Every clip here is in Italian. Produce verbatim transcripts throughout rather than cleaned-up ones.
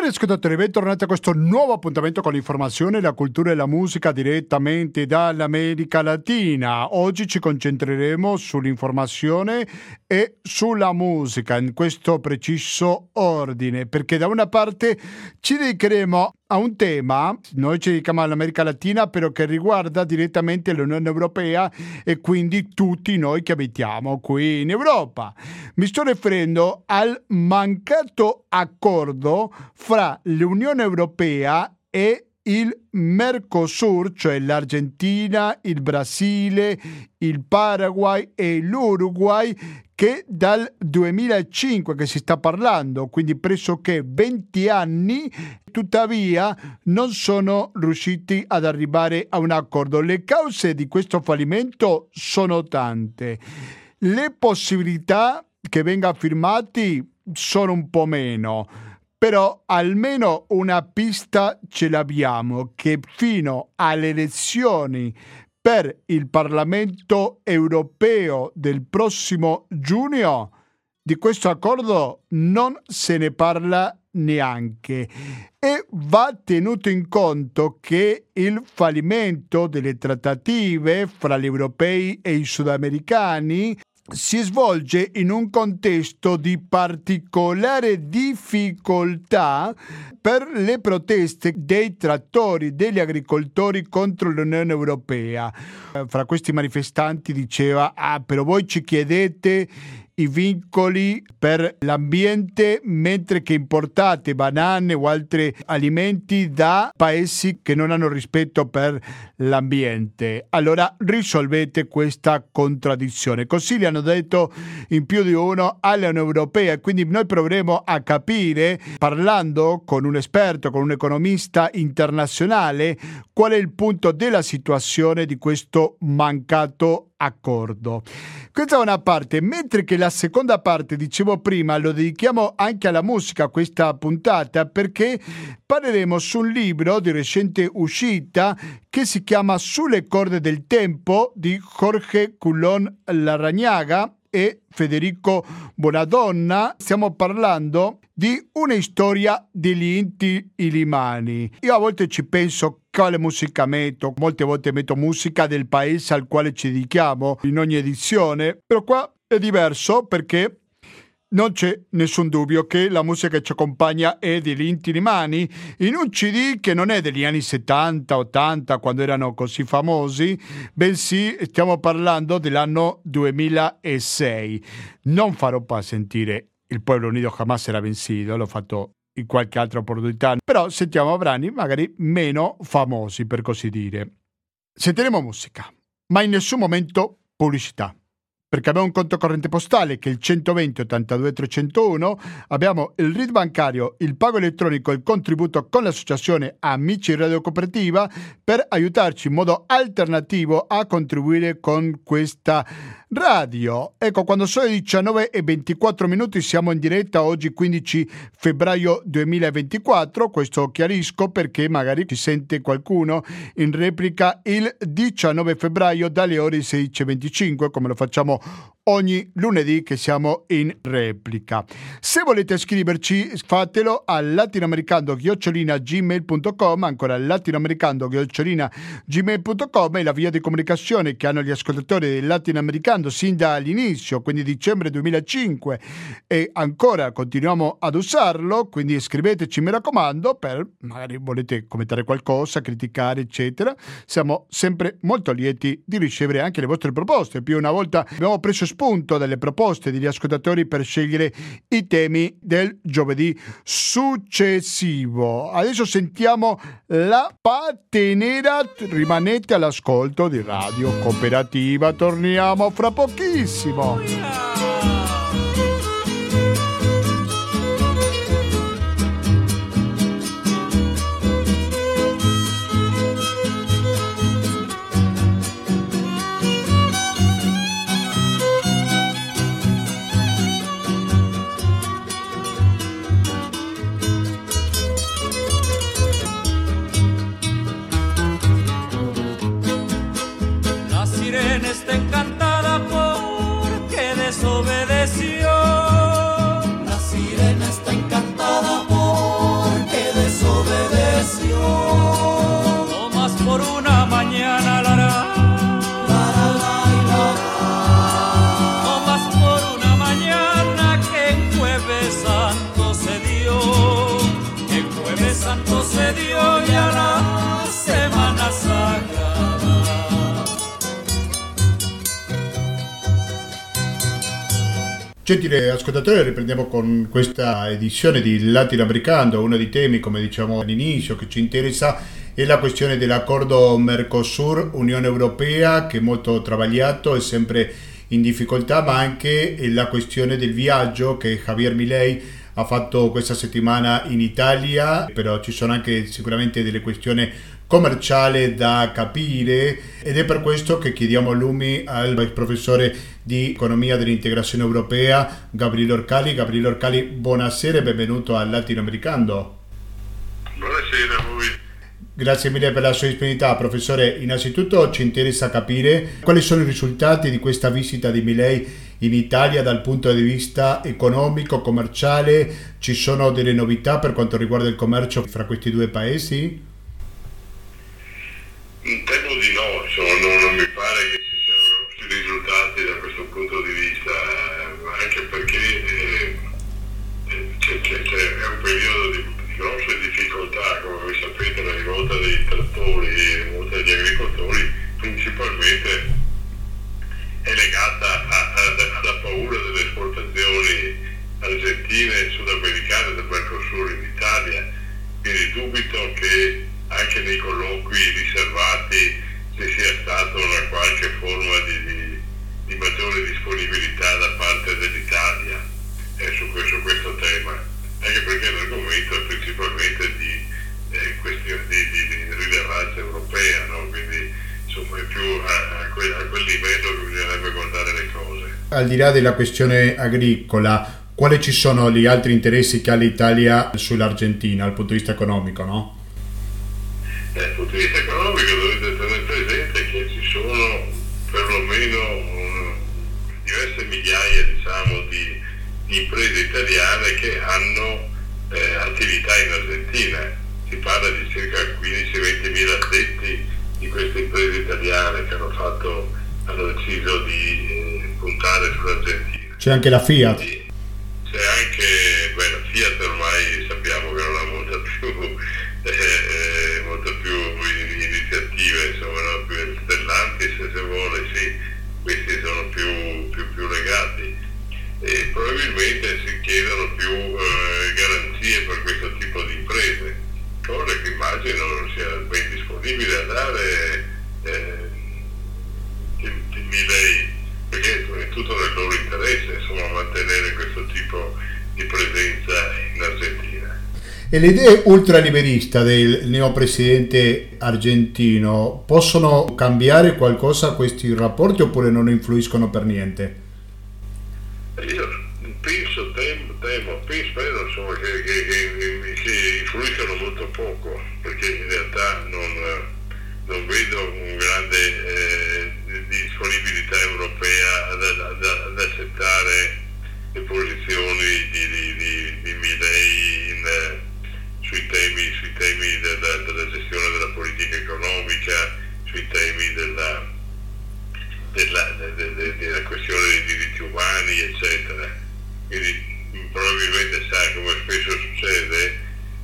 Cari ascoltatori, bentornati a questo nuovo appuntamento con l'informazione, la cultura e la musica direttamente dall'America Latina. Oggi ci concentreremo sull'informazione e sulla musica, in questo preciso ordine, perché da una parte ci dedicheremo a un tema, noi ci dedichiamo all'America Latina, però che riguarda direttamente l'Unione Europea e quindi tutti noi che abitiamo qui in Europa. Mi sto riferendo al mancato accordo fra l'Unione Europea e il Mercosur, cioè l'Argentina, il Brasile, il Paraguay e l'Uruguay, che dal duemilacinque che si sta parlando, quindi pressoché venti anni, tuttavia non sono riusciti ad arrivare a un accordo. Le cause di questo fallimento sono tante. Le possibilità che venga firmati sono un po' meno, però almeno una pista ce l'abbiamo, che fino alle elezioni per il Parlamento europeo del prossimo giugno di questo accordo non se ne parla neanche, e va tenuto in conto che il fallimento delle trattative fra gli europei e i sudamericani si svolge in un contesto di particolare difficoltà per le proteste dei trattori, degli agricoltori contro l'Unione Europea. Fra questi manifestanti diceva: ah, però voi ci chiedete i vincoli per l'ambiente mentre che importate banane o altri alimenti da paesi che non hanno rispetto per l'ambiente. Allora risolvete questa contraddizione. Così le hanno detto in più di uno all'Unione Europea, e quindi noi proveremo a capire, parlando con un esperto, con un economista internazionale, qual è il punto della situazione di questo mancato accordo. Questa è una parte, mentre che la seconda parte, dicevo prima, lo dedichiamo anche alla musica questa puntata, perché parleremo su un libro di recente uscita che si chiama Sulle corde del tempo di Jorge Colón Larrañaga e Federico Bonadonna. Stiamo parlando di una storia degli Inti Illimani. Io a volte ci penso quale musica metto, molte volte metto musica del paese al quale ci dedichiamo in ogni edizione, però qua è diverso perché non c'è nessun dubbio che la musica che ci accompagna è degli Inti Illimani, in un C D che non è degli anni settanta ottanta, quando erano così famosi, bensì stiamo parlando dell'anno duemilasei. Non farò pas sentire Il Pueblo Unido Jamás Será Vencido, l'ho fatto in qualche altra opportunità, però sentiamo brani magari meno famosi, per così dire. Sentiremo musica, ma in nessun momento pubblicità, perché abbiamo un conto corrente postale che è il centoventi ottantadue trecentouno, abbiamo il R I D bancario, il pago elettronico e il contributo con l'associazione Amici Radio Cooperativa per aiutarci in modo alternativo a contribuire con questa radio. Ecco, quando sono le diciannove e ventiquattro minuti siamo in diretta oggi quindici febbraio duemilaventiquattro. Questo chiarisco perché magari ci sente qualcuno in replica il diciannove febbraio dalle ore sedici e venticinque, come lo facciamo ogni lunedì che siamo in replica. Se volete scriverci, fatelo al latinoamericano chiocciolina gmail punto com, ancora latinoamericano chiocciolina gmail punto com, è la via di comunicazione che hanno gli ascoltatori del latinoamericano sin dall'inizio, quindi dicembre duemilacinque, e ancora continuiamo ad usarlo, quindi scriveteci, mi raccomando, per magari volete commentare qualcosa, criticare, eccetera. Siamo sempre molto lieti di ricevere anche le vostre proposte. Più una volta abbiamo preso spunto dalle proposte degli ascoltatori per scegliere i temi del giovedì successivo. Adesso sentiamo La Patenera, rimanete all'ascolto di Radio Cooperativa, torniamo fra pochissimo. Está encantada porque desobedece Gentile ascoltatore, riprendiamo con questa edizione di Latinoamericano. Uno dei temi, come diciamo all'inizio, che ci interessa è la questione dell'accordo Mercosur-Unione Europea, che è molto travagliato e sempre in difficoltà, ma anche la questione del viaggio che Javier Milei ha fatto questa settimana in Italia, però ci sono anche sicuramente delle questioni commerciale da capire, ed è per questo che chiediamo a Lumi al professore di economia dell'integrazione europea Gabriele Orcali. Gabriele Orcali, buonasera e benvenuto al Latinoamericano. Buonasera a voi. Grazie mille per la sua disponibilità, professore. Innanzitutto ci interessa capire quali sono i risultati di questa visita di Milei in Italia dal punto di vista economico, commerciale. Ci sono delle novità per quanto riguarda il commercio fra questi due paesi? Temo di no, insomma, non, non mi pare che ci siano grossi risultati da questo punto di vista, eh, anche perché eh, c'è, c'è, c'è, è un periodo di, di grosse difficoltà, come voi sapete. La rivolta dei trattori e la rivolta degli agricoltori principalmente è legata a, a, alla paura delle esportazioni argentine e sudamericane del Mercosur in Italia, quindi dubito che anche nei colloqui riservati ci sia stata una qualche forma di, di, di maggiore disponibilità da parte dell'Italia eh, su, questo, su questo tema, anche perché l'argomento è principalmente di, eh, questione, di, di, di rilevanza europea, no? Quindi insomma è più a, a, quel, a quel livello che bisognerebbe guardare le cose. Al di là della questione agricola, quali ci sono gli altri interessi che ha l'Italia sull'Argentina dal punto di vista economico, no? Dal punto di vista economico dovete tenere presente che ci sono perlomeno um, diverse migliaia, diciamo, di, di imprese italiane che hanno eh, attività in Argentina. Si parla di circa quindici venti mila addetti di queste imprese italiane che hanno fatto, hanno deciso di eh, puntare sull'Argentina. C'è anche la Fiat. Quindi, c'è anche, beh, la Fiat ormai sappiamo che non ha molta più Eh, molto più iniziative, insomma, no? Più stellanti, se si vuole, sì, questi sono più, più, più legati e probabilmente si chiedono più eh, garanzie per questo tipo di imprese, cosa che immagino non sia ben disponibile a dare eh, di Milei, perché è tutto nel loro interesse, insomma, mantenere questo tipo di presenza in Argentina. E le idee ultraliberiste del neopresidente argentino possono cambiare qualcosa questi rapporti oppure non influiscono per niente? Io penso, temo, temo penso, spero insomma, che, che, che, che influiscano molto poco, perché in realtà non, non vedo un grande eh, disponibilità europea ad, ad, ad accettare le posizioni di, di, di, di Milei in sui temi, sui temi della, della gestione della politica economica, sui temi della, della, de, de, della questione dei diritti umani, eccetera. Quindi probabilmente, sa, come spesso succede,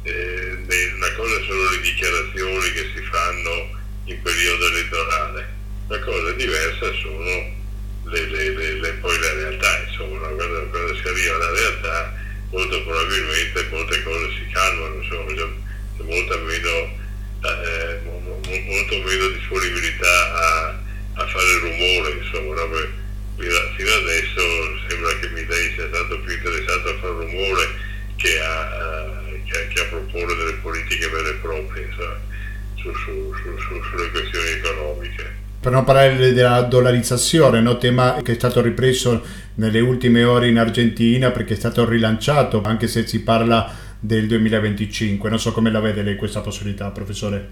eh, una cosa sono le dichiarazioni che si fanno in periodo elettorale, una cosa diversa sono le, le, le, le, poi la realtà, insomma, quando, quando si arriva alla realtà molto probabilmente molte cose si calmano, insomma, c'è molta meno, eh, molto meno disponibilità a, a fare rumore, insomma, no? Fino adesso sembra che Milei sia stato più interessato a fare rumore che a, che, che a proporre delle politiche vere e proprie, insomma, su, su, su, su, sulle questioni economiche. Per non parlare della dollarizzazione, no? Tema che è stato ripreso nelle ultime ore in Argentina perché è stato rilanciato, anche se si parla del duemilaventicinque. Non so come la vede lei questa possibilità, professore.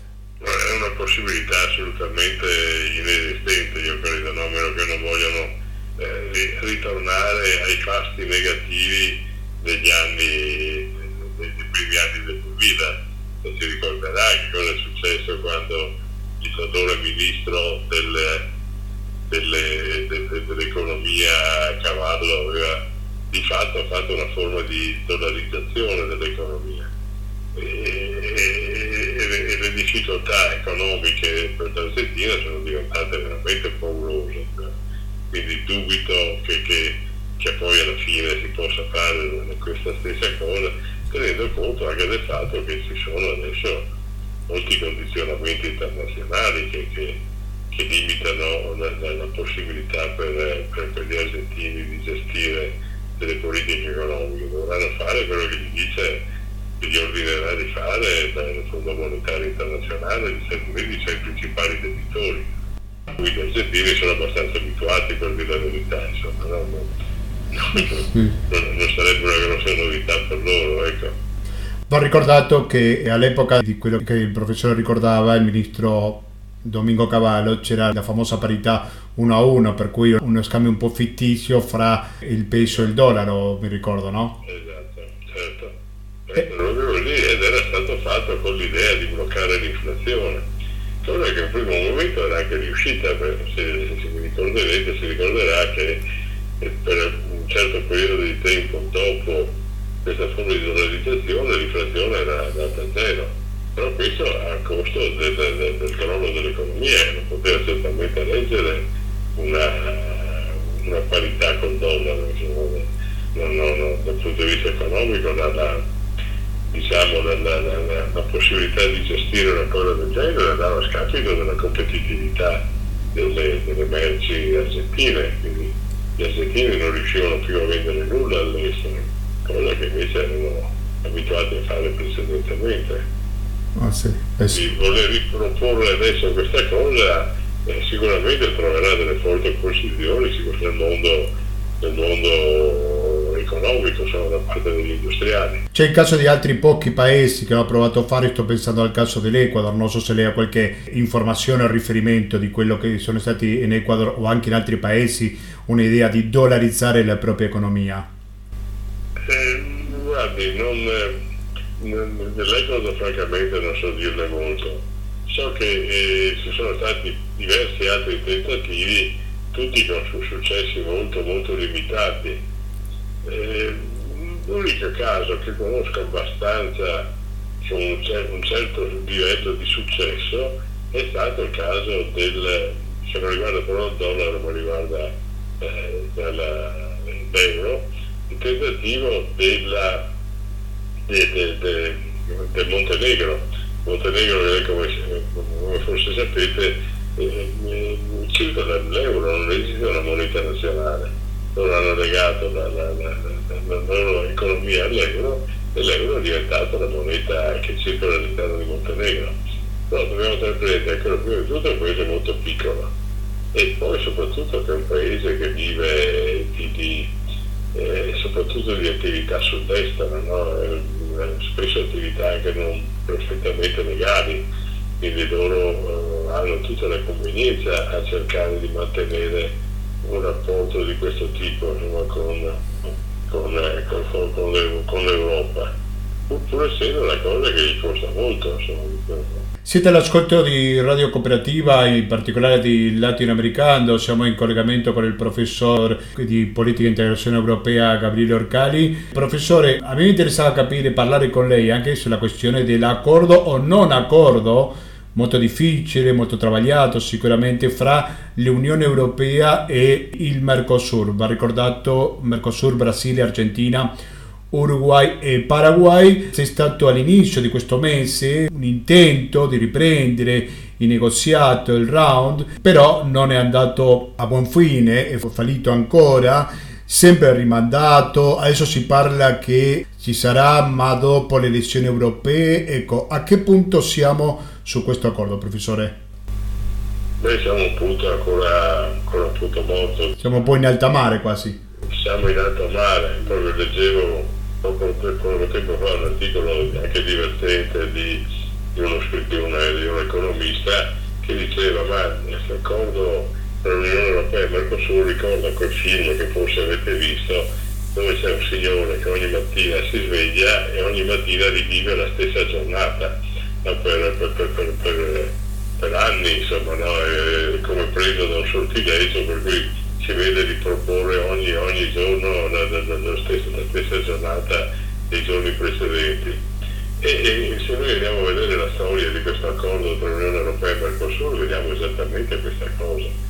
È una possibilità assolutamente inesistente, io credo, no? A meno che non vogliano eh, ritornare ai fasti negativi degli anni, dei primi anni del duemila. Non si ricorderà che cosa è successo quando il l'allora ministro delle, delle, de, dell'economia Cavallo aveva di fatto fatto una forma di dollarizzazione dell'economia e, e, e le difficoltà economiche per l'Argentina sono diventate veramente paurose, quindi dubito che, che che poi alla fine si possa fare questa stessa cosa, tenendo conto anche del fatto che ci sono adesso molti condizionamenti internazionali che, che, che limitano la, la, la possibilità per, per, per gli argentini di gestire delle politiche economiche. Dovranno fare quello che gli dice, che gli ordinerà di fare il Fondo Monetario Internazionale, gli Stati Uniti, cioè i principali debitori. Gli argentini sono abbastanza abituati, per dire la verità, insomma, no? non, non, non, non sarebbe una grossa novità per loro, ecco. Va ricordato che all'epoca di quello che il professore ricordava, il ministro Domingo Cavallo, c'era la famosa parità uno a uno, per cui uno scambio un po' fittizio fra il peso e il dollaro, mi ricordo, no? Esatto, certo. Eh. Proprio lì, ed era stato fatto con l'idea di bloccare l'inflazione, cosa che in primo momento era anche riuscita, perché se, se vi ricorderete, si ricorderà che per un certo periodo di tempo dopo questa forma di dollarizzazione l'inflazione era andata a zero, però questo a costo del, del, del crollo dell'economia, non poteva certamente reggere una, una parità col dollaro, insomma, no, no, no, dal punto di vista economico la, la, diciamo, la, la, la, la possibilità di gestire una cosa del genere andava a scapito della competitività delle, delle merci argentine, quindi gli argentini non riuscivano più a vendere nulla all'estero, cosa che invece erano abituati a fare precedentemente. Ah, sì. Eh sì. Di voler riproporre adesso questa cosa eh, sicuramente troverà delle forti opposizioni nel mondo, nel mondo economico, sono da parte degli industriali. C'è il caso di altri pochi paesi che hanno provato a fare, sto pensando al caso dell'Ecuador, non so se lei ha qualche informazione o riferimento di quello che sono stati in Ecuador o anche in altri paesi, un'idea di dollarizzare la propria economia. Eh, guardi, non, dell'Ecuador francamente non so dirle molto. So che eh, ci sono stati diversi altri tentativi, tutti con successi molto molto limitati. Eh, l'unico caso che conosco abbastanza con un, cer- un certo livello di successo è stato il caso del, se non riguarda però il dollaro ma riguarda eh, della, l'euro, il tentativo della, de, de, de, del Montenegro. Montenegro, come, come forse sapete, eh, circa dall'euro non esiste una moneta nazionale, loro hanno legato la, la, la, la, la loro economia all'euro e l'euro è diventata la moneta che circola all'interno di Montenegro. Però dobbiamo tenere presente che prima di tutto è un paese molto piccolo e poi soprattutto che è un paese che vive di, di Eh, soprattutto di attività sull'estero, no? eh, spesso attività anche non perfettamente legali, quindi loro eh, hanno tutta la convenienza a cercare di mantenere un rapporto di questo tipo, insomma, con, con, eh, con, con, con, l'Eu- con l'Europa, pur essendo una cosa che gli costa molto. Insomma. Siete all'ascolto di Radio Cooperativa, in particolare di Latinoamericano. Siamo in collegamento con il professor di Politica e Integrazione Europea Gabriele Orcali. Professore, a me mi interessava capire, parlare con lei anche sulla questione dell'accordo o non accordo, molto difficile, molto travagliato sicuramente, fra l'Unione Europea e il Mercosur. Va ricordato Mercosur, Brasile, Argentina, Uruguay e Paraguay. C'è stato all'inizio di questo mese un intento di riprendere il negoziato, il round, però non è andato a buon fine, è fallito ancora, sempre rimandato. Adesso si parla che ci sarà, ma dopo le elezioni europee. Ecco, a che punto siamo su questo accordo, professore? Noi siamo un punto ancora, ancora un punto morto. Siamo un po' in alta mare quasi. Siamo in alta mare, proprio leggevo poco, poco tempo fa un articolo anche divertente di, di, uno, di, una, di un economista che diceva ma questo accordo tra l'Unione Europea e Mercosur ricorda quel film che forse avete visto, dove c'è un signore che ogni mattina si sveglia e ogni mattina rivive la stessa giornata, no? per, per, per, per, per, per anni, insomma, no? È come preso da un sortileggio per cui si vede riproporre ogni, ogni giorno la, la, la, la, stessa, la stessa giornata dei giorni precedenti. E, e se noi andiamo a vedere la storia di questo accordo tra l'Unione Europea e Mercosur, vediamo esattamente questa cosa.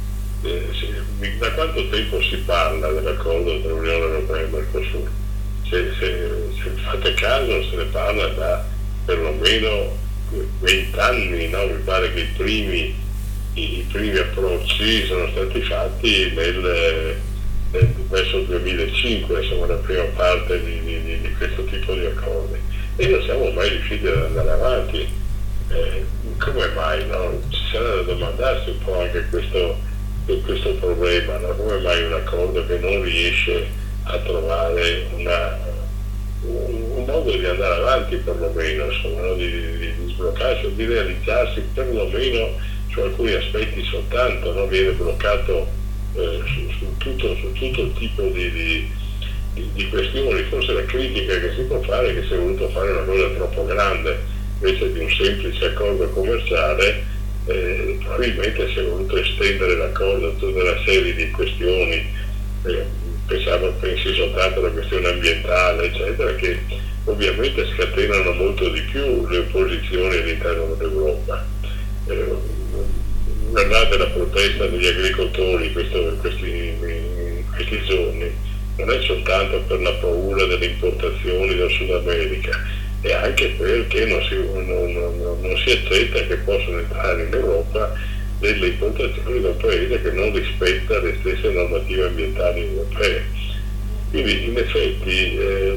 eh, si, da quanto tempo si parla dell'accordo tra l'Unione Europea e il Mercosur? Se, se, se fate caso se ne parla da perlomeno vent'anni, no? Mi pare che i primi, i, i primi approcci sono stati fatti nel, nel, verso il duemilacinque, insomma la prima parte di, di, di questo tipo di accordi, e non siamo mai riusciti ad andare avanti. Eh, come mai? No? Ci sarà da domandarsi un po' anche questo, questo problema, no? Come mai un accordo che non riesce a trovare una, un, un modo di andare avanti perlomeno, insomma, no? di, di, di sbloccarsi o di realizzarsi perlomeno su alcuni aspetti soltanto, no? Viene bloccato eh, su, su, tutto, su tutto il tipo di, di, di, di questioni. Forse la critica che si può fare è che si è voluto fare una cosa troppo grande invece di un semplice accordo commerciale. Eh, probabilmente si è voluto estendere l'accordo a tutta una serie di questioni, eh, pensavo, pensi soltanto alla questione ambientale, eccetera, che ovviamente scatenano molto di più le opposizioni all'interno dell'Europa. Eh, guardate la protesta degli agricoltori questo, questi, questi giorni, non è soltanto per la paura delle importazioni dal Sud America, e anche perché non si, non, non, non si accetta che possono entrare in Europa delle importazioni da un paese che non rispetta le stesse normative ambientali europee. Quindi in effetti eh,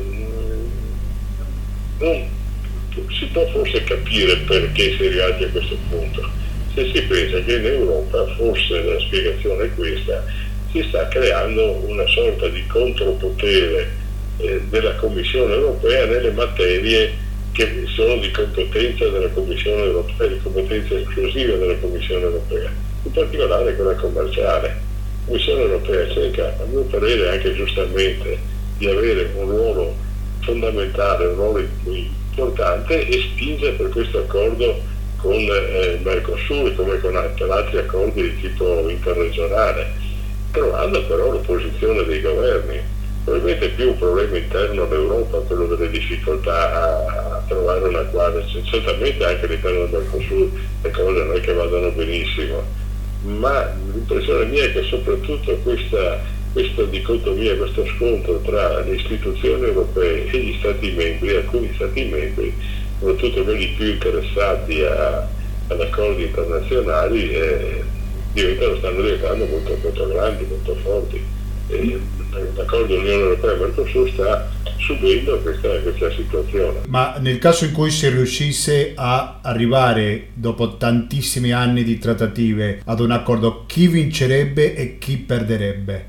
non, si può forse capire perché si è arrivati a questo punto. Se si pensa che in Europa, forse la spiegazione è questa, si sta creando una sorta di contropotere Eh, della Commissione Europea nelle materie che sono di competenza della Commissione Europea, di competenza esclusiva della Commissione Europea, in particolare quella commerciale. La Commissione Europea cerca, a mio parere anche giustamente, di avere un ruolo fondamentale, un ruolo importante, e spinge per questo accordo con eh, il Mercosur, come con per altri accordi di tipo interregionale, trovando però l'opposizione dei governi. Probabilmente più un problema interno all'Europa, quello delle difficoltà a, a trovare una quadra, certamente anche all'interno del Mercosur le cose non è che vadano benissimo, ma l'impressione mia è che soprattutto questa, questa dicotomia, questo scontro tra le istituzioni europee e gli Stati membri, alcuni Stati membri, soprattutto quelli più interessati a, ad accordi internazionali, eh, diventano, stanno diventando molto, molto grandi, molto forti. E, l'accordo dell'Unione Europea e Mercosur sta subendo questa, questa situazione. Ma nel caso in cui si riuscisse a arrivare dopo tantissimi anni di trattative ad un accordo, chi vincerebbe e chi perderebbe?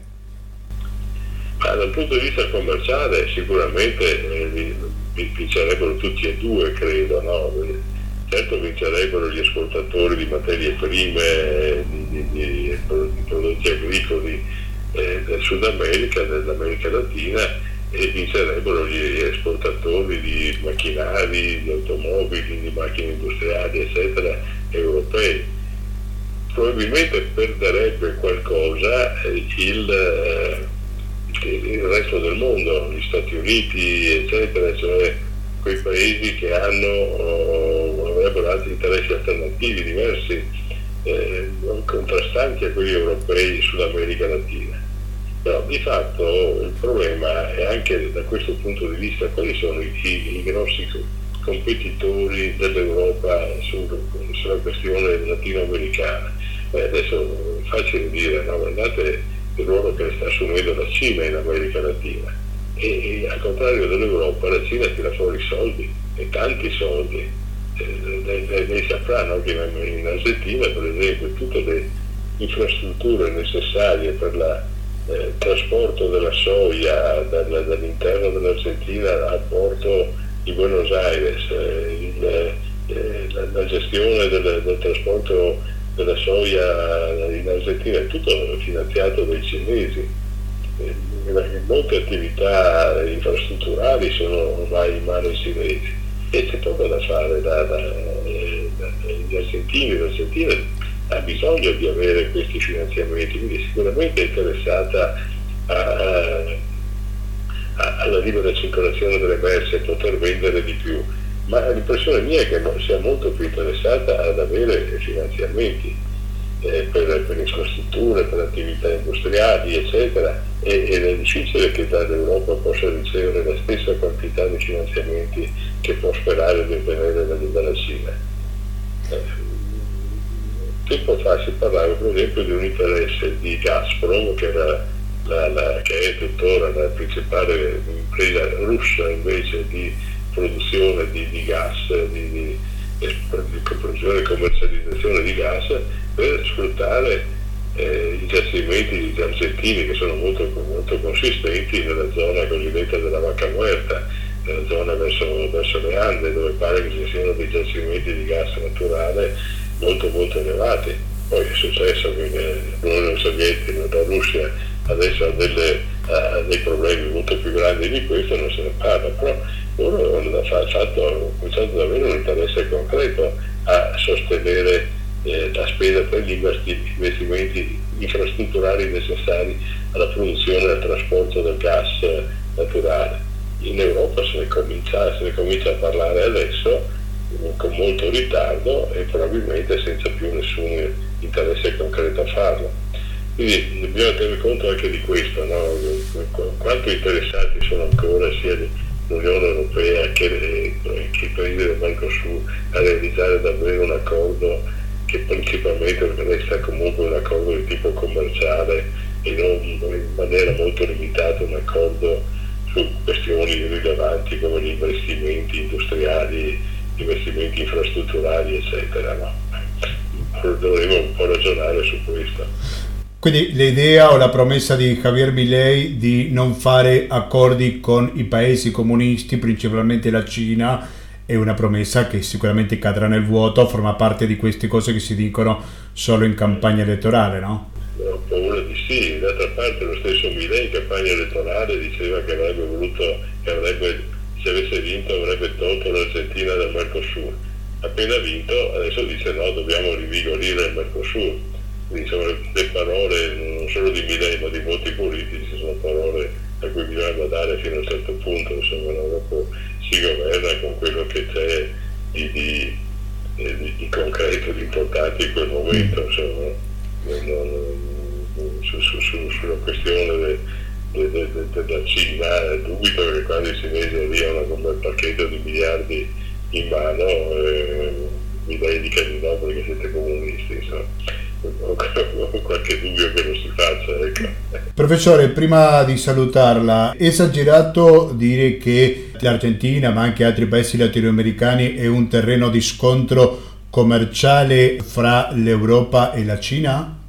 Ma dal punto di vista commerciale sicuramente eh, vincerebbero tutti e due, credo, no? Certo vincerebbero gli esportatori di materie prime, di, di, di, di prodotti agricoli Eh, del Sud America, dell'America Latina, e vincerebbero gli esportatori di macchinari, di automobili, di macchine industriali, eccetera, europei. Probabilmente perderebbe qualcosa eh, il, eh, il resto del mondo, gli Stati Uniti, eccetera, cioè quei paesi che hanno o avrebbero altri interessi alternativi, diversi, eh, contrastanti a quelli europei Sud America Latina. Però di fatto il problema è anche da questo punto di vista quali sono i, i, i grossi competitori dell'Europa su, sulla questione latinoamericana. Eh, adesso è facile dire, no? Guardate il ruolo che sta assumendo la Cina in America Latina, e, e al contrario dell'Europa la Cina tira fuori soldi, e tanti soldi. Lei saprà, no, che in Argentina, per esempio, tutte le infrastrutture necessarie per il eh, trasporto della soia dal, dall'interno dell'Argentina al porto di Buenos Aires, eh, il, eh, la, la gestione del, del trasporto della soia in Argentina, è tutto finanziato dai cinesi. Eh, molte attività infrastrutturali sono ormai in mano ai cinesi, e c'è poco da fare da, da, da, dagli argentini. L'Argentina ha bisogno di avere questi finanziamenti, quindi sicuramente è interessata a, a, alla libera circolazione delle merci e poter vendere di più, ma l'impressione mia è che sia molto più interessata ad avere finanziamenti. eh, per, per infrastrutture, per attività industriali, eccetera, e, ed è difficile che dall'Europa possa ricevere la stessa quantità di finanziamenti che può sperare di ottenere dalla Cina. Eh, tempo fa si parlava per esempio di un interesse di Gazprom, che, era la, la, che è tuttora la principale impresa russa invece di produzione di, di gas, di, di, di produzione e commercializzazione di gas, per sfruttare eh, i giacimenti argentini che sono molto, molto consistenti nella zona cosiddetta della Vaca Muerta, nella zona verso, verso le Ande, dove pare che ci siano dei giacimenti di gas naturale molto molto elevati. Poi è successo che l'Unione Sovietica, la Russia adesso ha, delle, ha dei problemi molto più grandi di questo, non se ne parla, però loro hanno fatto, cominciato ad avere un interesse concreto a sostenere eh, la spesa per gli investimenti infrastrutturali necessari alla produzione e al trasporto del gas naturale. In Europa se ne comincia, se ne comincia a parlare adesso, con molto ritardo e probabilmente senza più nessun interesse concreto a farlo. Quindi dobbiamo tenere conto anche di questo, no? Quanto interessati sono ancora sia l'Unione Europea che, che i paesi del Mercosur a realizzare davvero un accordo che principalmente resta comunque un accordo di tipo commerciale e non in maniera molto limitata un accordo su questioni rilevanti come gli investimenti industriali, investimenti infrastrutturali, eccetera. No? Dovremo un po' ragionare su questo. Quindi l'idea o la promessa di Javier Milei di non fare accordi con i paesi comunisti, principalmente la Cina, è una promessa che sicuramente cadrà nel vuoto, forma parte di queste cose che si dicono solo in campagna elettorale, no? Ho paura di sì. D'altra parte lo stesso Milei in campagna elettorale diceva che avrebbe voluto, che avrebbe, se avesse vinto avrebbe tolto l'Argentina dal Mercosur. Appena vinto adesso dice no, dobbiamo rivigorire il Mercosur. Quindi insomma, le parole non solo di Milei ma di molti politici sono parole a cui bisogna guardare fino a un certo punto, insomma, no? Dopo si governa con quello che c'è di, di, di, di concreto, di importante in quel momento, insomma, non, non, su, su, su, sulla questione de, de, de, de, della Cina, dubito che quando i cinesi arrivano con un pacchetto di miliardi in mano eh, Milei dica di no perché siete comunisti, insomma. Ho qualche dubbio che lo si faccia, ecco. Professore, prima di salutarla, è esagerato dire che l'Argentina ma anche altri paesi latinoamericani è un terreno di scontro commerciale fra l'Europa e la Cina?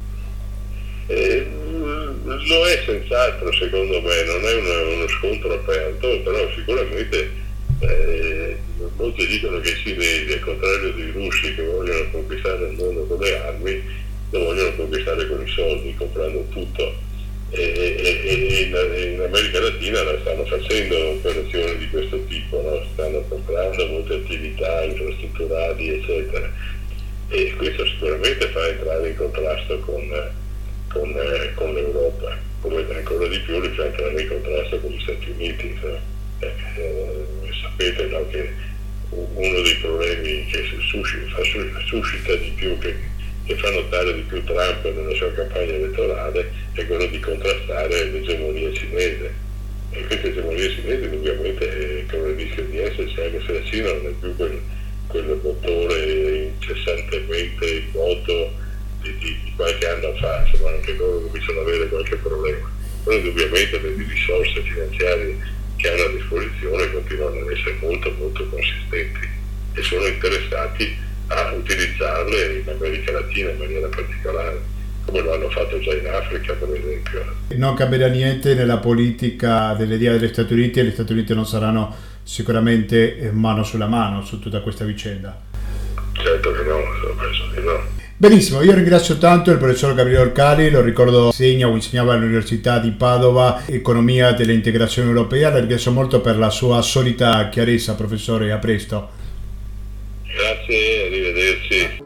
Eh, lo è senz'altro, secondo me, non è uno, uno scontro aperto, però sicuramente eh, molti dicono che i cinesi, al contrario dei russi che vogliono conquistare il mondo con le armi, lo vogliono conquistare con i soldi, comprando tutto. E, e, e in, in America Latina la stanno facendo operazioni di questo tipo, no? Stanno comprando molte attività infrastrutturali, eccetera. E questo sicuramente fa entrare in contrasto con, con, eh, con l'Europa, come ancora di più li fa entrare in contrasto con gli Stati Uniti. So. Eh, eh, sapete, no, che uno dei problemi che suscita, suscita di più, che, che fa notare di più Trump nella sua campagna elettorale, è quello di contrastare l'egemonia cinese. E questa egemonia cinese ovviamente corre il rischio di esserci anche se la Cina non è più quel, quel motore incessantemente in moto di, di, di qualche anno fa, insomma anche loro cominciano ad avere qualche problema. Però indubbiamente le risorse finanziarie che hanno a disposizione continuano ad essere molto molto consistenti e sono interessati a utilizzarle in America Latina in maniera particolare, come lo hanno fatto già in Africa per esempio. Non cambierà niente nella politica dell'idea degli Stati Uniti e gli Stati Uniti non saranno sicuramente mano sulla mano su tutta questa vicenda? Certo che no, penso di no. Benissimo, io ringrazio tanto il professor Gabriele Orcali, lo ricordo insegna o insegnava all'Università di Padova Economia dell'Integrazione Europea, la ringrazio molto per la sua solita chiarezza, professore, a presto. Grazie, arrivederci.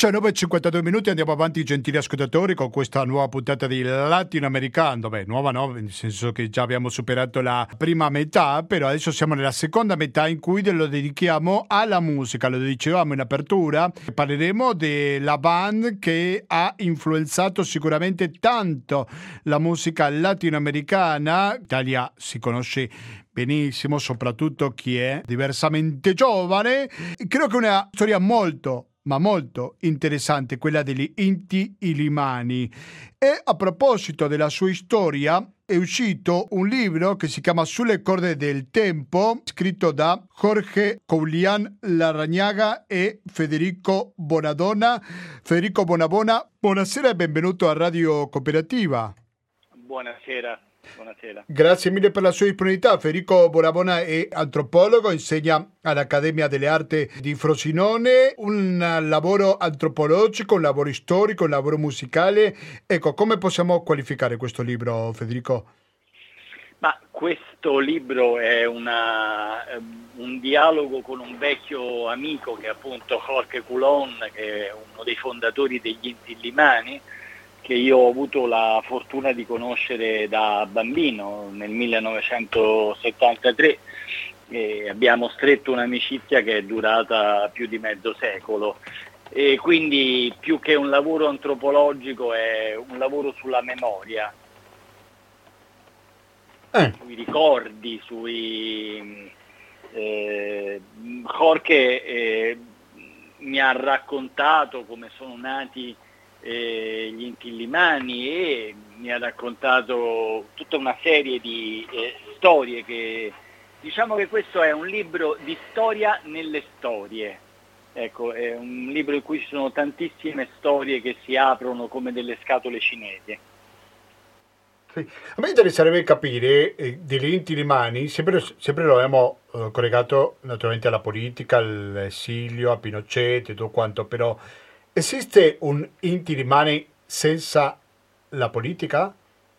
diciannove e cinquantadue minuti, andiamo avanti gentili ascoltatori con questa nuova puntata di Latinoamericano. Beh, nuova no, nel senso che già abbiamo superato la prima metà, però adesso siamo nella seconda metà in cui lo dedichiamo alla musica. Lo dicevamo in apertura, parleremo della band che ha influenzato sicuramente tanto la musica latinoamericana. Italia si conosce benissimo, soprattutto chi è diversamente giovane. Credo che è una storia molto ma molto interessante quella degli Inti Illimani. E a proposito della sua storia è uscito un libro che si chiama Sulle corde del tempo, scritto da Jorge Coulian Larrañaga e Federico Bonadonna. Federico Bonabona, buonasera e benvenuto a Radio Cooperativa. Buonasera. Buonasera. Grazie mille per la sua disponibilità. Federico Bonabona è antropologo, insegna all'Accademia delle Arti di Frosinone, un lavoro antropologico, un lavoro storico, un lavoro musicale. Ecco, come possiamo qualificare questo libro, Federico? Ma questo libro è una, un dialogo con un vecchio amico che è appunto Jorge Coulon, che è uno dei fondatori degli Inti Illimani, che io ho avuto la fortuna di conoscere da bambino nel millenovecentosettantatré e abbiamo stretto un'amicizia che è durata più di mezzo secolo e quindi più che un lavoro antropologico è un lavoro sulla memoria, eh. sui ricordi, sui... Eh, Jorge eh, mi ha raccontato come sono nati Eh, gli Inti Illimani e mi ha raccontato tutta una serie di eh, storie che diciamo che questo è un libro di storia nelle storie, ecco, è un libro in cui ci sono tantissime storie che si aprono come delle scatole cinesi. Sì. A me interesserebbe capire eh, degli Inti Illimani, sempre, sempre lo abbiamo eh, collegato naturalmente alla politica, all'esilio, a Pinochet e tutto quanto, però esiste un Inti Illimani senza la politica?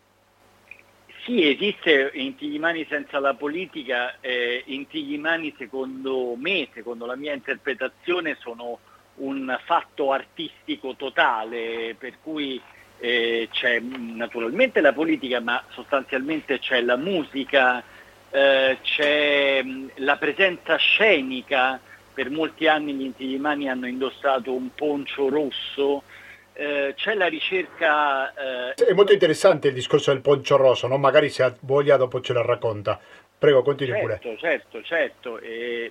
Sì, esiste Inti Illimani senza la politica. eh, Inti Illimani secondo me, secondo la mia interpretazione, sono un fatto artistico totale, per cui eh, c'è naturalmente la politica, ma sostanzialmente c'è la musica, eh, c'è la presenza scenica. Per molti anni gli Inti Illimani hanno indossato un poncio rosso, eh, c'è la ricerca... Eh... È molto interessante il discorso del poncio rosso, no? Magari se ha voglia dopo ce la racconta. Prego, continui certo, pure. Certo, certo, e,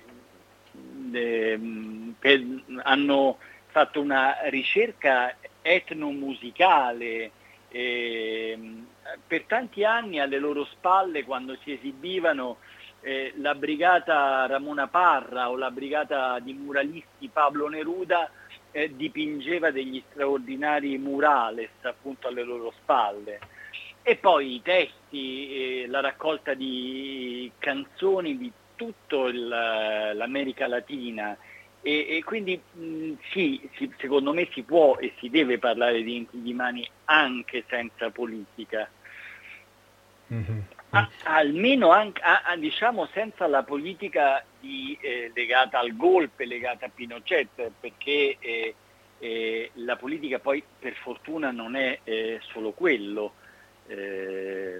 e, per, hanno fatto una ricerca etnomusicale. E, per tanti anni alle loro spalle, quando si esibivano, Eh, la brigata Ramona Parra o la brigata di muralisti Pablo Neruda eh, dipingeva degli straordinari murales appunto alle loro spalle. E poi i testi, eh, la raccolta di canzoni di tutta l'America Latina e, e quindi mh, sì, sì, secondo me si può e si deve parlare di Inti Illimani anche senza politica. Mm-hmm. Ah, almeno anche, ah, diciamo senza la politica di, eh, legata al golpe, legata a Pinochet, perché eh, eh, la politica poi per fortuna non è eh, solo quello, eh,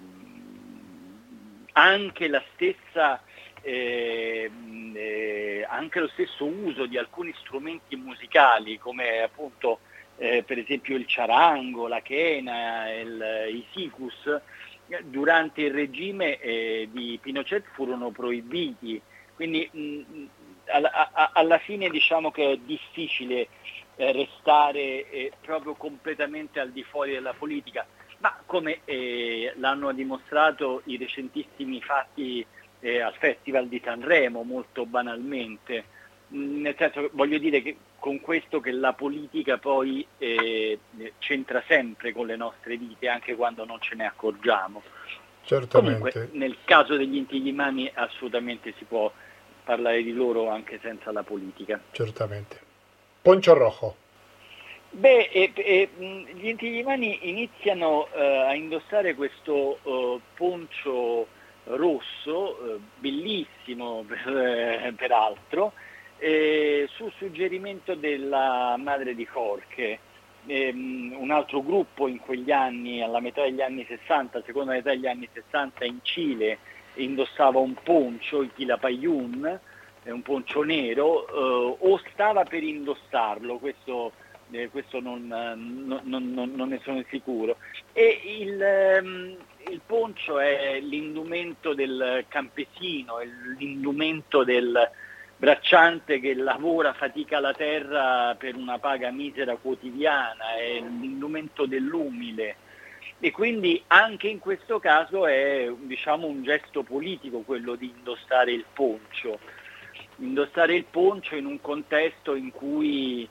anche la stessa eh, eh, anche lo stesso uso di alcuni strumenti musicali come appunto eh, per esempio il charango, la quena, il, i sikus, durante il regime eh, di Pinochet furono proibiti, quindi mh, alla, a, alla fine diciamo che è difficile eh, restare eh, proprio completamente al di fuori della politica, ma come eh, l'hanno dimostrato i recentissimi fatti eh, al Festival di Sanremo, molto banalmente, mh, nel senso, voglio dire che con questo che la politica poi eh, c'entra sempre con le nostre vite, anche quando non ce ne accorgiamo. Certamente. Comunque, nel caso degli Inti Illimani assolutamente si può parlare di loro anche senza la politica. Certamente. Poncio rojo. Beh, e, e, gli Inti Illimani iniziano eh, a indossare questo eh, poncio rosso, eh, bellissimo per, eh, peraltro, eh, su suggerimento della madre di Jorge. Ehm, un altro gruppo in quegli anni, alla metà degli anni sessanta, seconda metà degli anni sessanta, in Cile, indossava un poncho, il Quilapayún, un poncio nero, eh, o stava per indossarlo, questo, eh, questo non, non, non, non ne sono sicuro. E il, ehm, il poncio è l'indumento del campesino, è l'indumento del bracciante che lavora, fatica la terra per una paga misera quotidiana, è l'indumento dell'umile, e quindi anche in questo caso è, diciamo, un gesto politico quello di indossare il poncio, indossare il poncio in un contesto in cui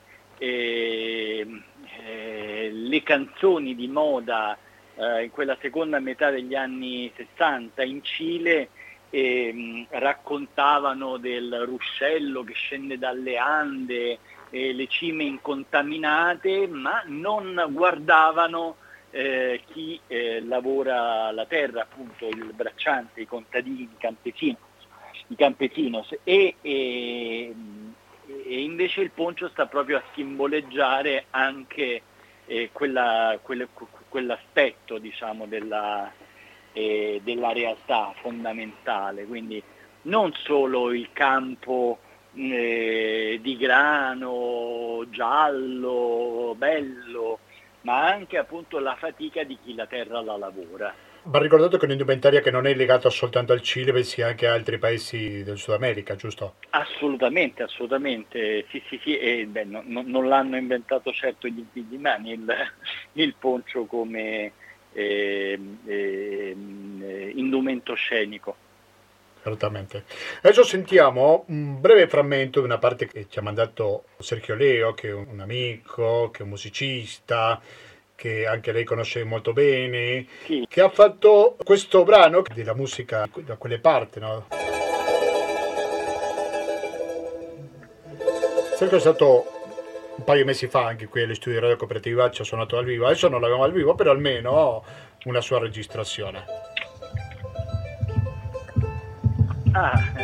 eh, eh, le canzoni di moda eh, in quella seconda metà degli anni sessanta in Cile E, raccontavano del ruscello che scende dalle Ande, e le cime incontaminate, ma non guardavano eh, chi eh, lavora la terra, appunto il bracciante, i contadini, i campesini, i campesinos. E, e, e invece il poncio sta proprio a simboleggiare anche eh, quella, quelle, quell'aspetto, diciamo, della della realtà fondamentale, quindi non solo il campo eh, di grano giallo, bello, ma anche appunto la fatica di chi la terra la lavora. Va ricordato che è un'indumentaria che non è legata soltanto al Cile, bensì anche a altri paesi del Sud America, giusto? Assolutamente, assolutamente, sì sì sì, e beh, no, no, non l'hanno inventato certo gli indigeni il, il poncio come Eh, eh, indumento scenico. Certamente. Adesso sentiamo un breve frammento di una parte che ci ha mandato Sergio Leo, che è un amico, che è un musicista, che anche lei conosce molto bene, sì. Che ha fatto questo brano della musica da quelle parti, no? Sergio è stato un paio di mesi fa anche qui agli studi di Radio Cooperativa, ci ha suonato dal vivo, adesso non l'abbiamo al vivo, però almeno una sua registrazione. Ah.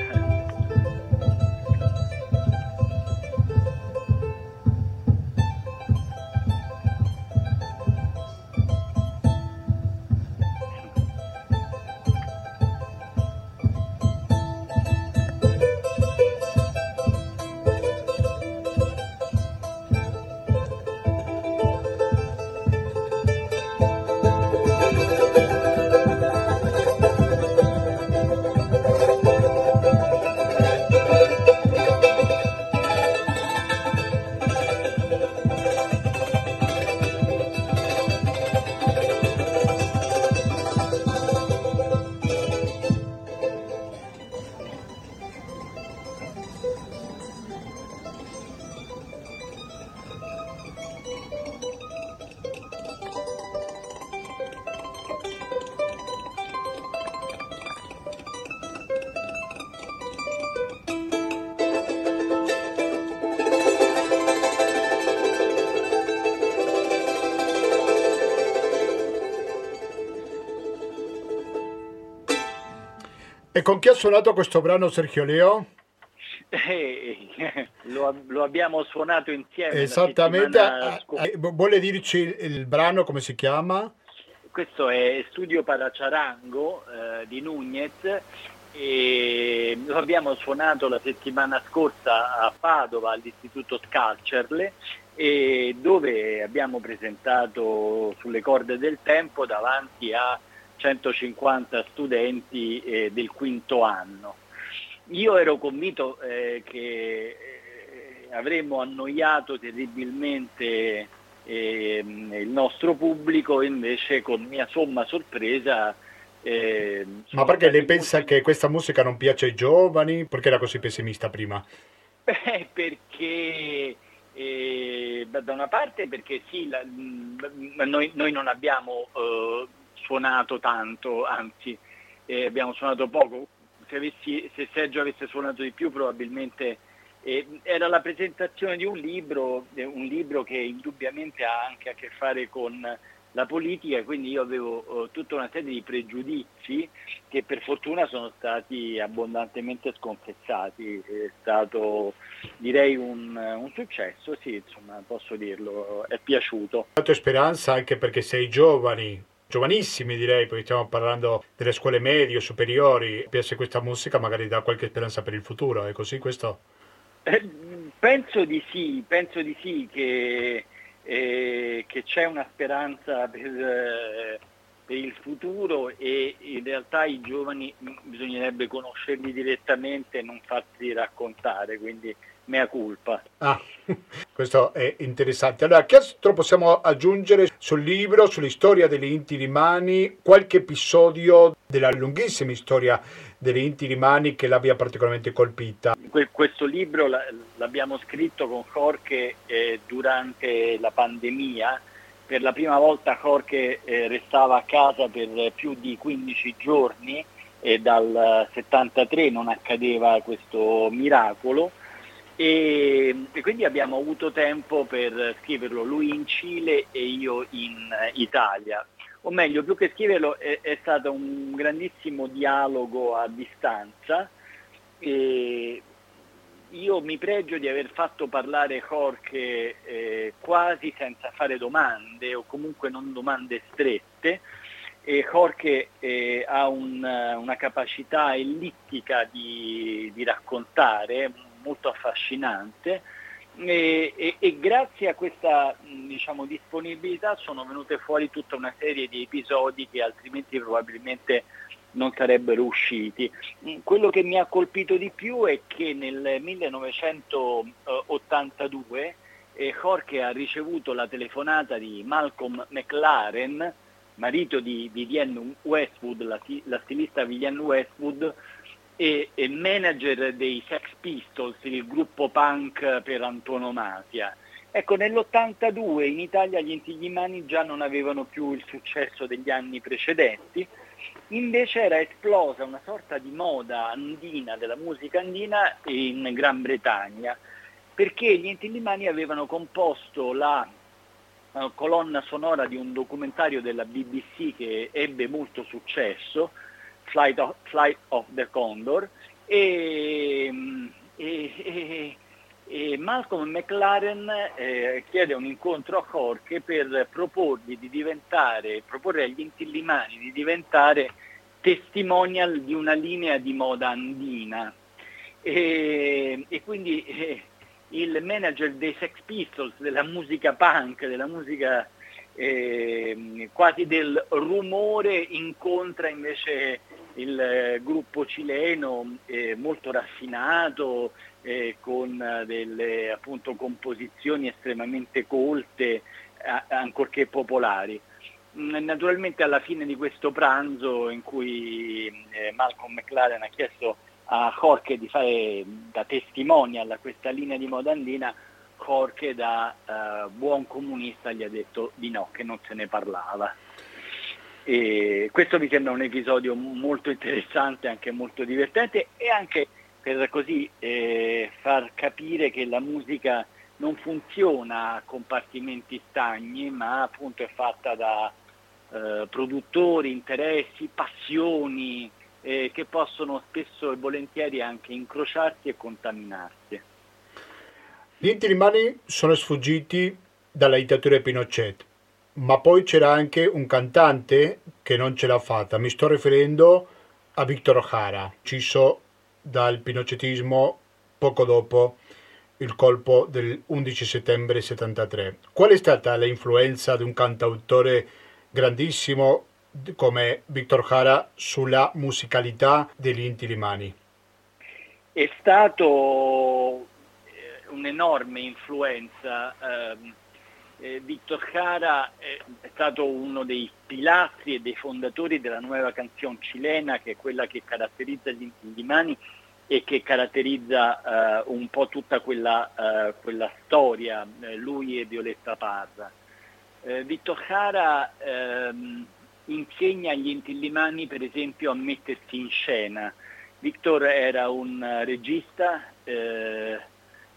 E con chi ha suonato questo brano Sergio Leo? Eh, lo, lo abbiamo suonato insieme. Esattamente. Eh, vuole dirci il, il brano come si chiama? Questo è Studio Paracharango eh, di Núñez, e lo abbiamo suonato la settimana scorsa a Padova all'Istituto Scalcerle, e dove abbiamo presentato Sulle corde del tempo davanti a centocinquanta studenti eh, del quinto anno. Io ero convinto eh, che eh, avremmo annoiato terribilmente eh, il nostro pubblico, invece con mia somma sorpresa. Eh, Ma perché lei pensa molti... che questa musica non piace ai giovani? Perché era così pessimista prima? Beh, perché eh, da una parte perché sì, la, noi, noi non abbiamo eh, suonato tanto, anzi eh, abbiamo suonato poco. Se, avessi, se Sergio avesse suonato di più probabilmente eh, era la presentazione di un libro, eh, un libro che indubbiamente ha anche a che fare con la politica, quindi io avevo eh, tutta una serie di pregiudizi che per fortuna sono stati abbondantemente sconfessati. È stato, direi, un, un successo, sì, insomma, posso dirlo, è piaciuto. La tua speranza anche perché sei giovani, giovanissimi direi, perché stiamo parlando delle scuole medie o superiori, piace questa musica magari dà qualche speranza per il futuro, è così questo? Eh, penso di sì, penso di sì che, eh, che c'è una speranza per, eh, per il futuro, e in realtà i giovani bisognerebbe conoscerli direttamente e non farsi raccontare, quindi mea culpa. Ah, questo è interessante. Allora, che altro possiamo aggiungere sul libro, sulla storia delle Inti Limani, qualche episodio della lunghissima storia delle Inti Limani che l'abbia particolarmente colpita? Que- questo libro la- l'abbiamo scritto con Jorge eh, durante la pandemia. Per la prima volta Jorge eh, restava a casa per più di quindici giorni e dal settantatré non accadeva questo miracolo. E, e quindi abbiamo avuto tempo per scriverlo, lui in Cile e io in Italia. O meglio, più che scriverlo è, è stato un grandissimo dialogo a distanza. E io mi pregio di aver fatto parlare Jorge eh, quasi senza fare domande, o comunque non domande strette. E Jorge eh, ha un, una capacità ellittica di, di raccontare, molto affascinante, e, e, e grazie a questa diciamo, disponibilità sono venute fuori tutta una serie di episodi che altrimenti probabilmente non sarebbero usciti. Quello che mi ha colpito di più è che nel millenovecentottantadue eh, Jorge ha ricevuto la telefonata di Malcolm McLaren, marito di Vivienne Westwood, la, la stilista Vivienne Westwood, e, e manager dei Sex Pistols, il gruppo punk per antonomasia. Ecco, nell'ottantadue in Italia gli Inti Illimani già non avevano più il successo degli anni precedenti, invece era esplosa una sorta di moda andina, della musica andina in Gran Bretagna, perché gli Inti Illimani avevano composto la uh, colonna sonora di un documentario della B B C che ebbe molto successo, Flight of, Flight of the Condor, e, e, e, e Malcolm McLaren eh, chiede un incontro a Jorge per proporgli di diventare, proporre agli Inti Illimani di diventare testimonial di una linea di moda andina. E, e quindi eh, il manager dei Sex Pistols, della musica punk, della musica eh, quasi del rumore, incontra invece il eh, gruppo cileno eh, molto raffinato, eh, con delle appunto composizioni estremamente colte, a- ancorché popolari. Naturalmente alla fine di questo pranzo in cui eh, Malcolm McLaren ha chiesto a Jorge di fare da testimonial a questa linea di moda andina, Jorge da uh, buon comunista gli ha detto di no, che non se ne parlava. E questo mi sembra un episodio molto interessante, anche molto divertente, e anche per così eh, far capire che la musica non funziona a compartimenti stagni, ma appunto è fatta da eh, produttori, interessi, passioni eh, che possono spesso e volentieri anche incrociarsi e contaminarsi. Gli Inti Illimani sono sfuggiti dalla dittatura di Pinochet, ma poi c'era anche un cantante che non ce l'ha fatta. Mi sto riferendo a Victor Jara, ucciso dal pinochetismo poco dopo il colpo dell'undici settembre settantatré. Qual è stata l'influenza di un cantautore grandissimo come Victor Jara sulla musicalità degli Inti Illimani? È stato un'enorme influenza. Eh, eh, Victor Jara è, è stato uno dei pilastri e dei fondatori della nuova canzone cilena, che è quella che caratterizza gli Inti Illimani e che caratterizza eh, un po' tutta quella, eh, quella storia, eh, lui e Violetta Parra. Eh, Victor Jara ehm, insegna agli Inti Illimani per esempio a mettersi in scena. Victor era un regista, eh,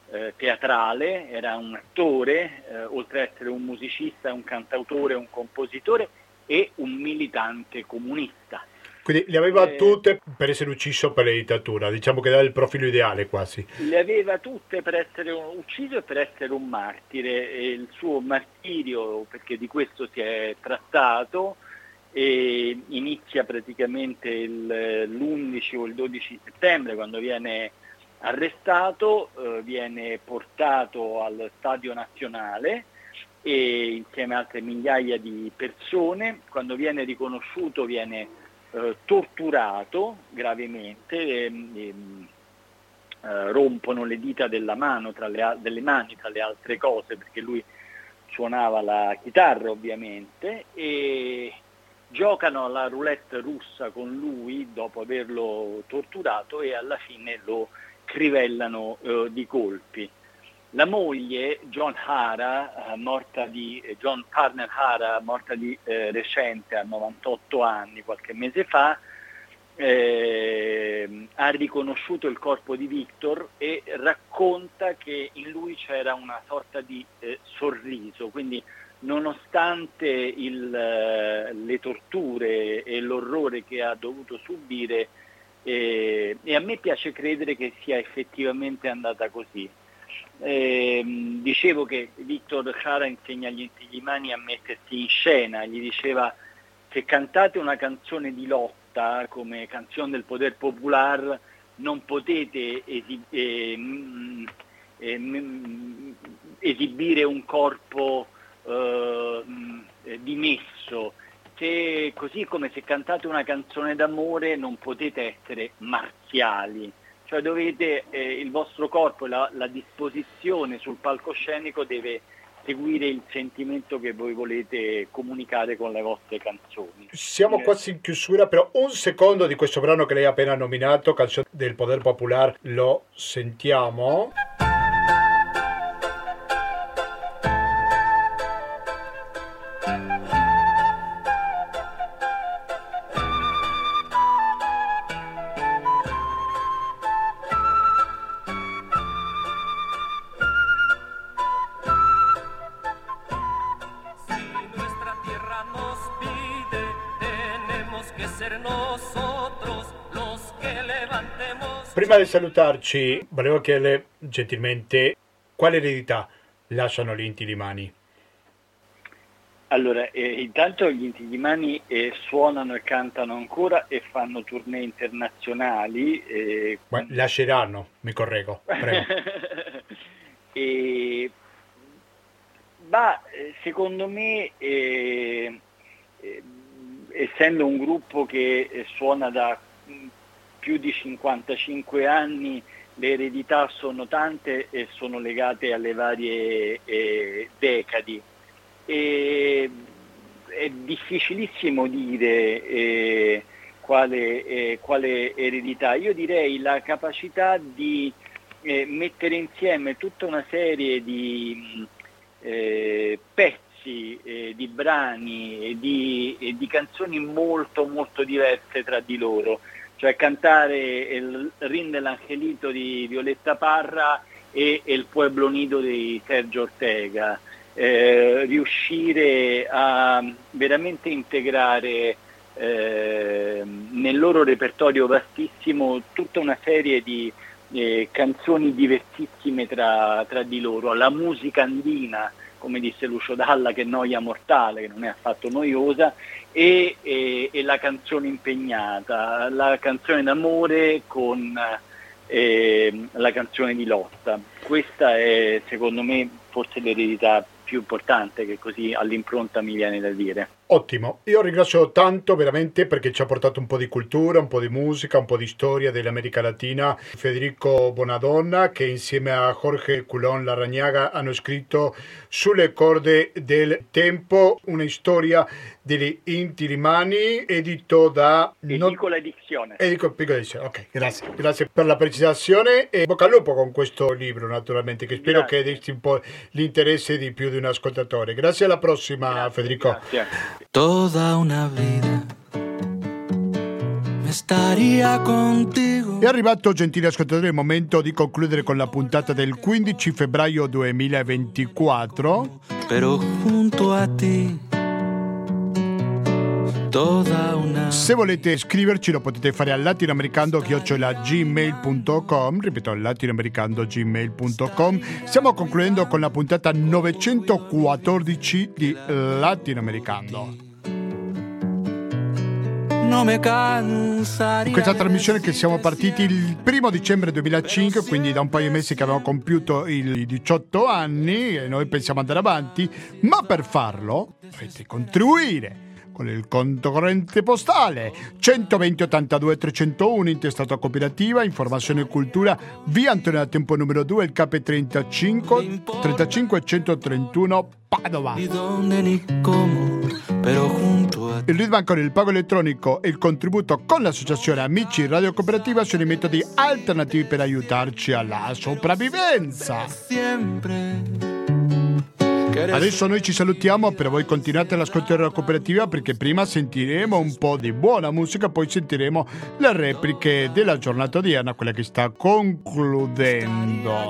eh, teatrale, era un attore, eh, oltre ad essere un musicista, un cantautore, un compositore e un militante comunista. Quindi le aveva eh, tutte per essere ucciso per la dittatura, diciamo che era il profilo ideale quasi. Le aveva tutte per essere un, ucciso e per essere un martire, e il suo martirio, perché di questo si è trattato, e inizia praticamente il, l'undici o il dodici settembre, quando viene arrestato, eh, viene portato al Stadio Nazionale e insieme a altre migliaia di persone. Quando viene riconosciuto viene eh, torturato gravemente, e, e, eh, rompono le dita della mano, tra le, delle mani tra le altre cose, perché lui suonava la chitarra ovviamente, e giocano alla roulette russa con lui dopo averlo torturato e alla fine lo crivellano eh, di colpi. La moglie, John Hara, eh, morta di, eh, John Parner Hara, morta di eh, recente, a novantotto anni, qualche mese fa, eh, ha riconosciuto il corpo di Victor e racconta che in lui c'era una sorta di eh, sorriso, quindi nonostante il, eh, le torture e l'orrore che ha dovuto subire, eh, e a me piace credere che sia effettivamente andata così. Eh, dicevo che Victor Jara insegna agli intiglimani a mettersi in scena, gli diceva: se cantate una canzone di lotta come Canzone del Poder Popular non potete esi- eh, mm, eh, mm, esibire un corpo eh, dimesso, se, così come se cantate una canzone d'amore non potete essere marziali. Cioè dovete, eh, il vostro corpo, la, la disposizione sul palcoscenico deve seguire il sentimento che voi volete comunicare con le vostre canzoni. Siamo quasi in chiusura, però un secondo di questo brano che lei ha appena nominato, Canzone del Poder Popular, lo sentiamo. Prima di salutarci, volevo chiederle gentilmente quale eredità lasciano gli Inti-Illimani. Allora, eh, intanto gli Inti-Illimani eh, suonano e cantano ancora e fanno tournée internazionali. Eh, Beh, lasceranno, mi correggo, prego. e, ma secondo me, eh, eh, essendo un gruppo che eh, suona da più di cinquantacinque anni, le eredità sono tante e sono legate alle varie eh, decadi. E, è difficilissimo dire eh, quale, eh, quale eredità. Io direi la capacità di eh, mettere insieme tutta una serie di eh, pezzi, eh, di brani e di, e di canzoni molto molto diverse tra di loro. Cioè cantare il Rin dell'Angelito di Violetta Parra e, e il Pueblo Nido di Sergio Ortega, eh, riuscire a veramente integrare eh, nel loro repertorio vastissimo tutta una serie di eh, canzoni diversissime tra, tra di loro, la musica andina, come disse Lucio Dalla, che noia mortale, che non è affatto noiosa, e, e, e la canzone impegnata, la canzone d'amore con eh, la canzone di lotta. Questa è secondo me forse l'eredità più importante, che così all'impronta mi viene da dire. Ottimo, io ringrazio tanto veramente perché ci ha portato un po' di cultura, un po' di musica, un po' di storia dell'America Latina. Federico Bonadonna, che insieme a Jorge Culón Larrañaga hanno scritto Sulle corde del tempo, una storia degli Inti-Illimani, edito da Edicola Edizione. Edicola Edizione, ok, grazie. Grazie per la precisazione e bocca al lupo con questo libro, naturalmente, che spero grazie. Che desti un po' l'interesse di più di un ascoltatore. Grazie, alla prossima, grazie, Federico. Grazie. Toda una vida me estaría contigo. È arrivato, gentili ascoltatori, il momento di concludere con la puntata del quindici febbraio duemilaventiquattro. Pero junto a ti toda una... Se volete scriverci lo potete fare a latinoamericando chiocciola gmail punto com, ripeto, latinoamericando gmail punto com. Stiamo concludendo con la puntata novecentoquattordici di Latinoamericando. In questa trasmissione che siamo partiti il primo dicembre duemilacinque, quindi da un paio di mesi che abbiamo compiuto i diciotto anni e noi pensiamo andare avanti, ma per farlo dovete contribuire con il conto corrente postale centoventi ottantadue trecentouno, intestato a Cooperativa Informazione e Cultura, via Antonio da Tempo numero due, il K trentacinque centotrentuno Padova. Il RIDBAN con il pago elettronico e il contributo con l'associazione Amici Radio Cooperativa sono i metodi alternativi per aiutarci alla sopravvivenza. Adesso noi ci salutiamo, per voi continuate all'ascolto della cooperativa perché prima sentiremo un po' di buona musica, poi sentiremo le repliche della giornata odierna, quella che sta concludendo.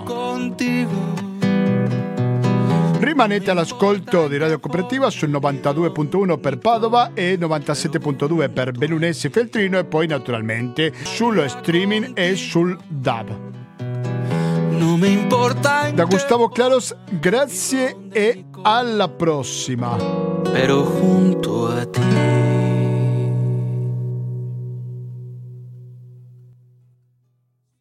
Rimanete all'ascolto di Radio Cooperativa sul novantadue virgola uno per Padova e novantasette virgola due per Bellunesi Feltrino e poi naturalmente sullo streaming e sul D A B. No me importa. Da Gustavo Claros, grazie e alla prossima. Pero junto a ti